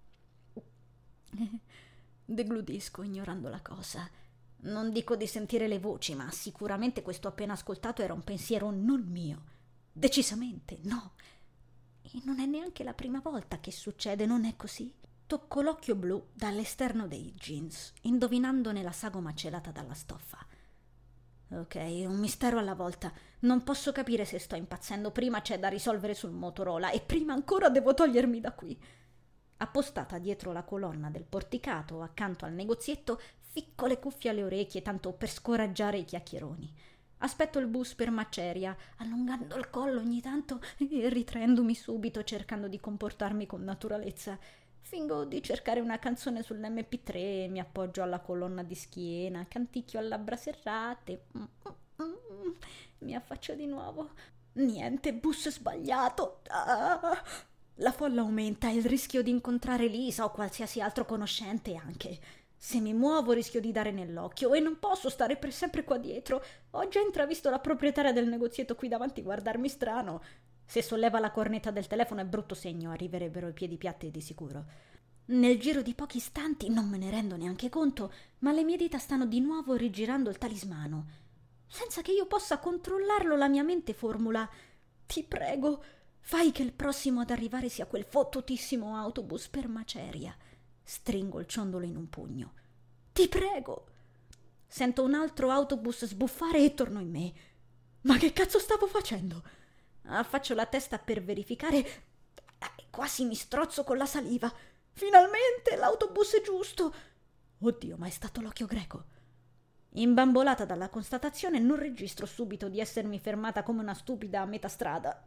Degludisco ignorando la cosa. Non dico di sentire le voci, ma sicuramente questo appena ascoltato era un pensiero non mio. Decisamente no. E non è neanche la prima volta che succede, non è così? Tocco l'occhio blu dall'esterno dei jeans, indovinandone la sagoma celata dalla stoffa. Ok, un mistero alla volta. Non posso capire se sto impazzendo. Prima c'è da risolvere sul Motorola e prima ancora devo togliermi da qui. Appostata dietro la colonna del porticato, accanto al negozietto, ficco le cuffie alle orecchie, tanto per scoraggiare i chiacchieroni. Aspetto il bus per Maceria, allungando il collo ogni tanto e ritraendomi subito, cercando di comportarmi con naturalezza. Fingo di cercare una canzone sull'MP3, mi appoggio alla colonna di schiena, canticchio a labbra serrate. Mi affaccio di nuovo. Niente, bus sbagliato. Ah! La folla aumenta e il rischio di incontrare Lisa o qualsiasi altro conoscente anche. Se mi muovo rischio di dare nell'occhio e non posso stare per sempre qua dietro. Ho già intravisto la proprietaria del negozietto qui davanti guardarmi strano. Se solleva la cornetta del telefono è brutto segno, arriverebbero i piedi piatti di sicuro. Nel giro di pochi istanti non me ne rendo neanche conto, ma le mie dita stanno di nuovo rigirando il talismano. Senza che io possa controllarlo, la mia mente formula: ti prego, fai che il prossimo ad arrivare sia quel fottutissimo autobus per Maceria. Stringo il ciondolo in un pugno. Ti prego. Sento un altro autobus sbuffare e torno in me. Ma che cazzo stavo facendo? Affaccio la testa per verificare. Quasi mi strozzo con la saliva. Finalmente l'autobus è giusto. Oddio, ma è stato l'occhio greco. Imbambolata dalla constatazione, non registro subito di essermi fermata come una stupida a metà strada.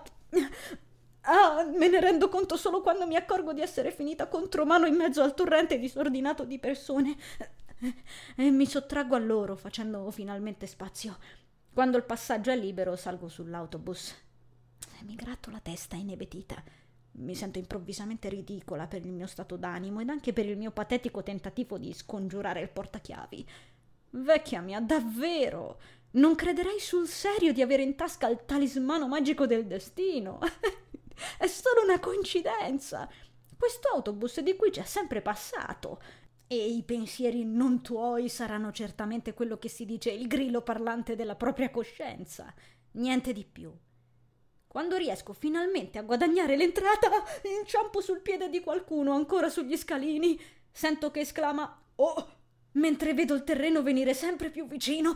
Me ne rendo conto solo quando mi accorgo di essere finita contromano in mezzo al torrente disordinato di persone e mi sottraggo a loro, facendo finalmente spazio. Quando il passaggio è libero, salgo sull'autobus. Mi gratto la testa inebetita. Mi sento improvvisamente ridicola per il mio stato d'animo ed anche per il mio patetico tentativo di scongiurare il portachiavi. Vecchia mia, davvero! Non crederei sul serio di avere in tasca il talismano magico del destino. È solo una coincidenza. Questo autobus di qui c'è sempre passato. E i pensieri non tuoi saranno certamente quello che si dice il grillo parlante della propria coscienza. Niente di più. Quando riesco finalmente a guadagnare l'entrata, inciampo sul piede di qualcuno ancora sugli scalini. Sento che esclama «Oh!» mentre vedo il terreno venire sempre più vicino.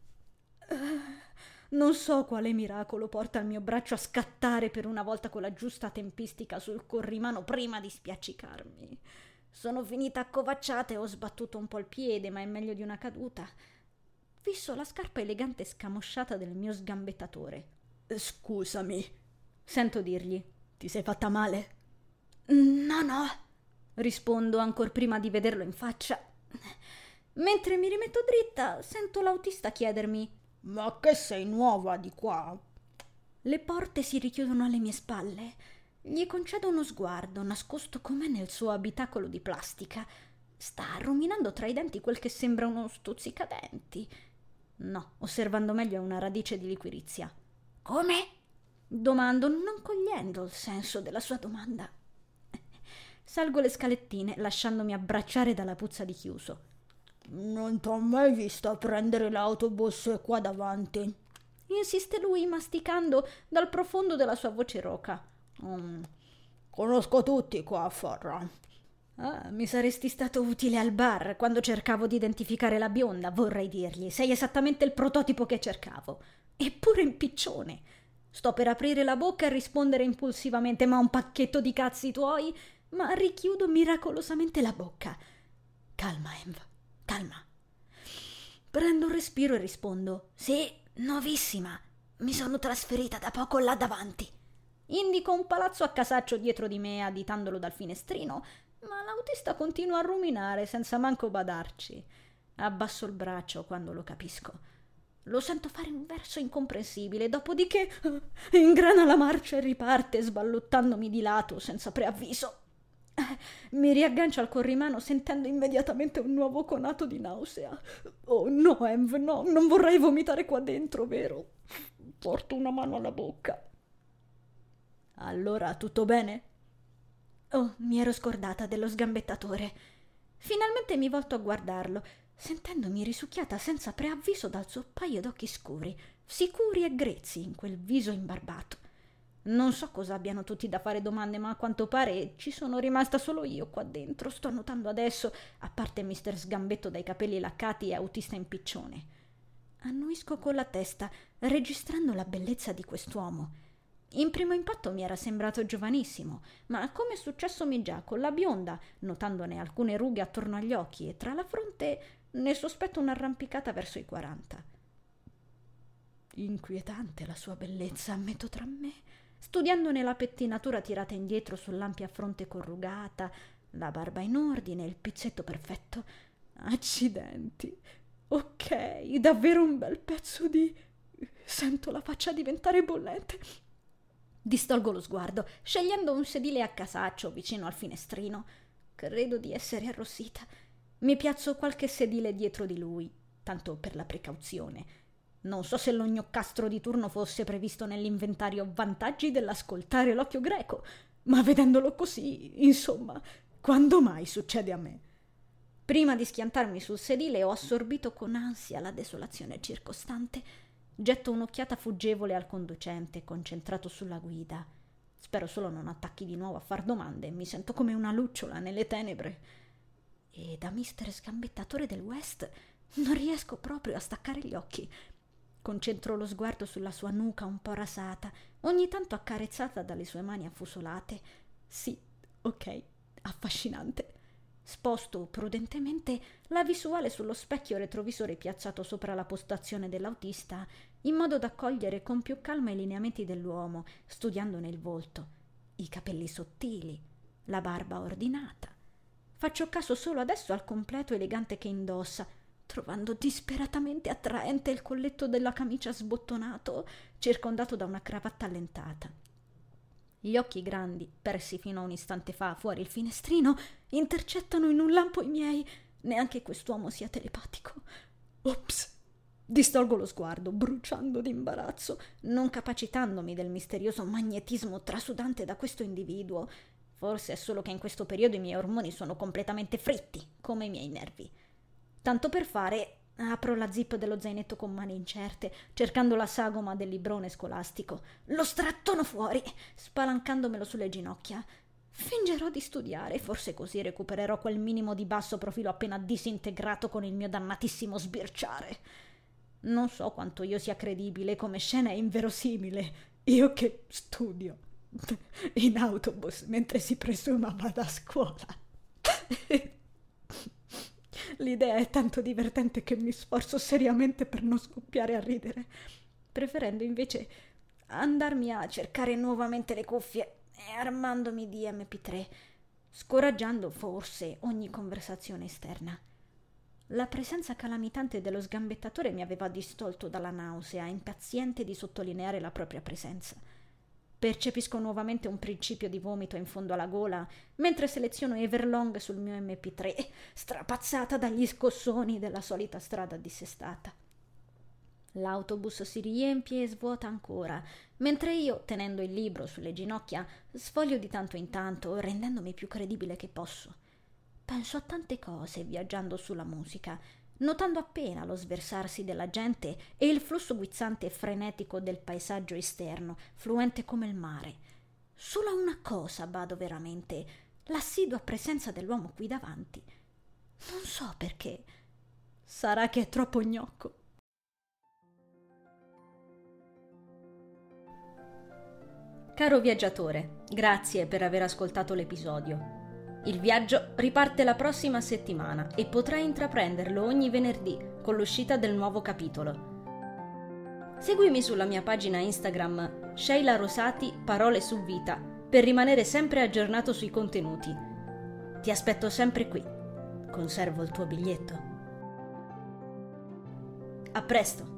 Non so quale miracolo porta il mio braccio a scattare per una volta con la giusta tempistica sul corrimano prima di spiaccicarmi. Sono finita accovacciata e ho sbattuto un po' il piede, ma è meglio di una caduta. Fisso la scarpa elegante e scamosciata del mio sgambettatore. «Scusami», sento dirgli. «Ti sei fatta male?» No, rispondo ancor prima di vederlo in faccia. Mentre mi rimetto dritta, sento l'autista chiedermi: «Ma che sei nuova di qua?» Le porte si richiudono alle mie spalle. Gli concedo uno sguardo, nascosto come nel suo abitacolo di plastica. Sta ruminando tra i denti quel che sembra uno stuzzicadenti. No, osservando meglio è una radice di liquirizia. «Come?» domando, non cogliendo il senso della sua domanda. Salgo le scalettine, lasciandomi abbracciare dalla puzza di chiuso. «Non t'ho mai vista prendere l'autobus qua davanti», insiste lui, masticando dal profondo della sua voce roca. «Conosco tutti qua a Forra». Mi saresti stato utile al bar quando cercavo di identificare la bionda, vorrei dirgli. Sei esattamente il prototipo che cercavo. Eppure impiccione. Sto per aprire la bocca e rispondere impulsivamente: «Ma un pacchetto di cazzi tuoi?» Ma richiudo miracolosamente la bocca. «Calma, Env, calma». Prendo un respiro e rispondo: «Sì, nuovissima. Mi sono trasferita da poco là davanti». Indico un palazzo a casaccio dietro di me, additandolo dal finestrino, ma l'autista continua a ruminare senza manco badarci. Abbasso il braccio quando lo capisco. Lo sento fare un verso incomprensibile, dopodiché ingrana la marcia e riparte, sballottandomi di lato senza preavviso. Mi riaggancio al corrimano sentendo immediatamente un nuovo conato di nausea. Oh no, Env, no, non vorrei vomitare qua dentro, vero? Porto una mano alla bocca. Allora, tutto bene? Oh, mi ero scordata dello sgambettatore. Finalmente mi volto a guardarlo, sentendomi risucchiata senza preavviso dal suo paio d'occhi scuri, sicuri e grezzi in quel viso imbarbato. Non so cosa abbiano tutti da fare domande, ma a quanto pare ci sono rimasta solo io qua dentro. Sto notando adesso, a parte Mr. Sgambetto dai capelli laccati e autista in piccione. Annuisco con la testa, registrando la bellezza di quest'uomo. In primo impatto mi era sembrato giovanissimo, ma come è successomi già con la bionda, notandone alcune rughe attorno agli occhi e tra la fronte, ne sospetto un'arrampicata verso i 40. Inquietante la sua bellezza, ammetto tra me, studiandone la pettinatura tirata indietro sull'ampia fronte corrugata, la barba in ordine, il pizzetto perfetto. Accidenti! Ok, davvero un bel pezzo di... Sento la faccia diventare bollente. Distolgo lo sguardo, scegliendo un sedile a casaccio vicino al finestrino. Credo di essere arrossita. Mi piazzo qualche sedile dietro di lui, tanto per la precauzione. Non so se lo gnoccastro di turno fosse previsto nell'inventario vantaggi dell'ascoltare l'occhio greco, ma vedendolo così, insomma, quando mai succede a me? Prima di schiantarmi sul sedile ho assorbito con ansia la desolazione circostante. Getto un'occhiata fuggevole al conducente, concentrato sulla guida. Spero solo non attacchi di nuovo a far domande, mi sento come una lucciola nelle tenebre. E da mister Sgambettatore del West non riesco proprio a staccare gli occhi. Concentro lo sguardo sulla sua nuca un po' rasata, ogni tanto accarezzata dalle sue mani affusolate. Sì, ok, affascinante. Sposto prudentemente la visuale sullo specchio retrovisore piazzato sopra la postazione dell'autista, in modo da cogliere con più calma i lineamenti dell'uomo, studiandone il volto, i capelli sottili, la barba ordinata. Faccio caso solo adesso al completo elegante che indossa, trovando disperatamente attraente il colletto della camicia sbottonato, circondato da una cravatta allentata. Gli occhi grandi, persi fino a un istante fa fuori il finestrino, intercettano in un lampo i miei. Neanche quest'uomo sia telepatico. Ops! Distolgo lo sguardo, bruciando d'imbarazzo, non capacitandomi del misterioso magnetismo trasudante da questo individuo. Forse è solo che in questo periodo i miei ormoni sono completamente fritti, come i miei nervi. Tanto per fare, apro la zip dello zainetto con mani incerte, cercando la sagoma del librone scolastico. Lo strattono fuori, spalancandomelo sulle ginocchia. Fingerò di studiare, forse così recupererò quel minimo di basso profilo appena disintegrato con il mio dannatissimo sbirciare. Non so quanto io sia credibile, come scena è inverosimile. Io che studio in autobus mentre si presume vada a scuola. L'idea è tanto divertente che mi sforzo seriamente per non scoppiare a ridere, preferendo invece andarmi a cercare nuovamente le cuffie e armandomi di MP3, scoraggiando forse ogni conversazione esterna. La presenza calamitante dello sgambettatore mi aveva distolto dalla nausea, impaziente di sottolineare la propria presenza. Percepisco nuovamente un principio di vomito in fondo alla gola, mentre seleziono Everlong sul mio MP3, strapazzata dagli scossoni della solita strada dissestata. L'autobus si riempie e svuota ancora, mentre io, tenendo il libro sulle ginocchia, sfoglio di tanto in tanto, rendendomi più credibile che posso. Penso a tante cose viaggiando sulla musica, notando appena lo sversarsi della gente e il flusso guizzante e frenetico del paesaggio esterno, fluente come il mare. Solo a una cosa bado veramente, l'assidua presenza dell'uomo qui davanti. Non so perché. Sarà che è troppo gnocco. Caro viaggiatore, grazie per aver ascoltato l'episodio. Il viaggio riparte la prossima settimana e potrai intraprenderlo ogni venerdì con l'uscita del nuovo capitolo. Seguimi sulla mia pagina Instagram Sheila Rosati Parole su Vita per rimanere sempre aggiornato sui contenuti. Ti aspetto sempre qui. Conservo il tuo biglietto. A presto!